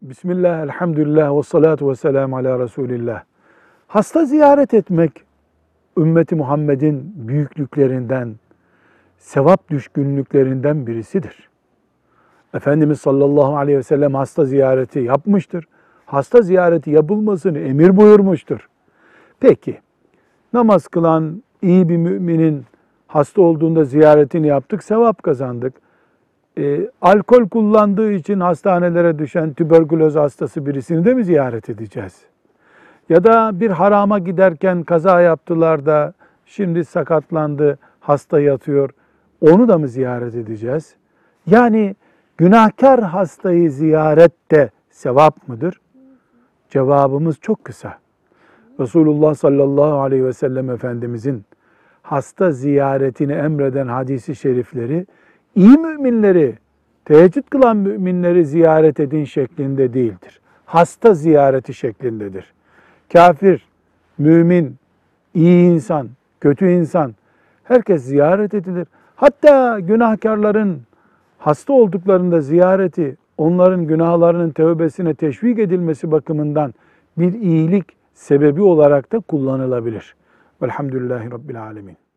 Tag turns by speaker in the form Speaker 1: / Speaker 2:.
Speaker 1: Bismillah, elhamdülillah, ve salatu ve selamu ala Resulillah. Hasta ziyaret etmek, ümmeti Muhammed'in büyüklüklerinden, sevap düşkünlüklerinden birisidir. Efendimiz sallallahu aleyhi ve sellem hasta ziyareti yapmıştır. Hasta ziyareti yapılmasını emir buyurmuştur. Peki, namaz kılan iyi bir müminin hasta olduğunda ziyaretini yaptık, sevap kazandık. Alkol kullandığı için hastanelere düşen tüberküloz hastası birisini de mi ziyaret edeceğiz? Ya da bir harama giderken kaza yaptılar da şimdi sakatlandı, hasta yatıyor. Onu da mı ziyaret edeceğiz? Yani günahkar hastayı ziyaret de sevap mıdır? Cevabımız çok kısa. Resulullah sallallahu aleyhi ve sellem Efendimizin hasta ziyaretini emreden hadisi şerifleri, iyi müminleri, teheccüd kılan müminleri ziyaret edin şeklinde değildir. Hasta ziyareti şeklindedir. Kafir, mümin, iyi insan, kötü insan, herkes ziyaret edilir. Hatta günahkarların hasta olduklarında ziyareti, onların günahlarının tevbesine teşvik edilmesi bakımından bir iyilik sebebi olarak da kullanılabilir. Velhamdülillahi Rabbil Alemin.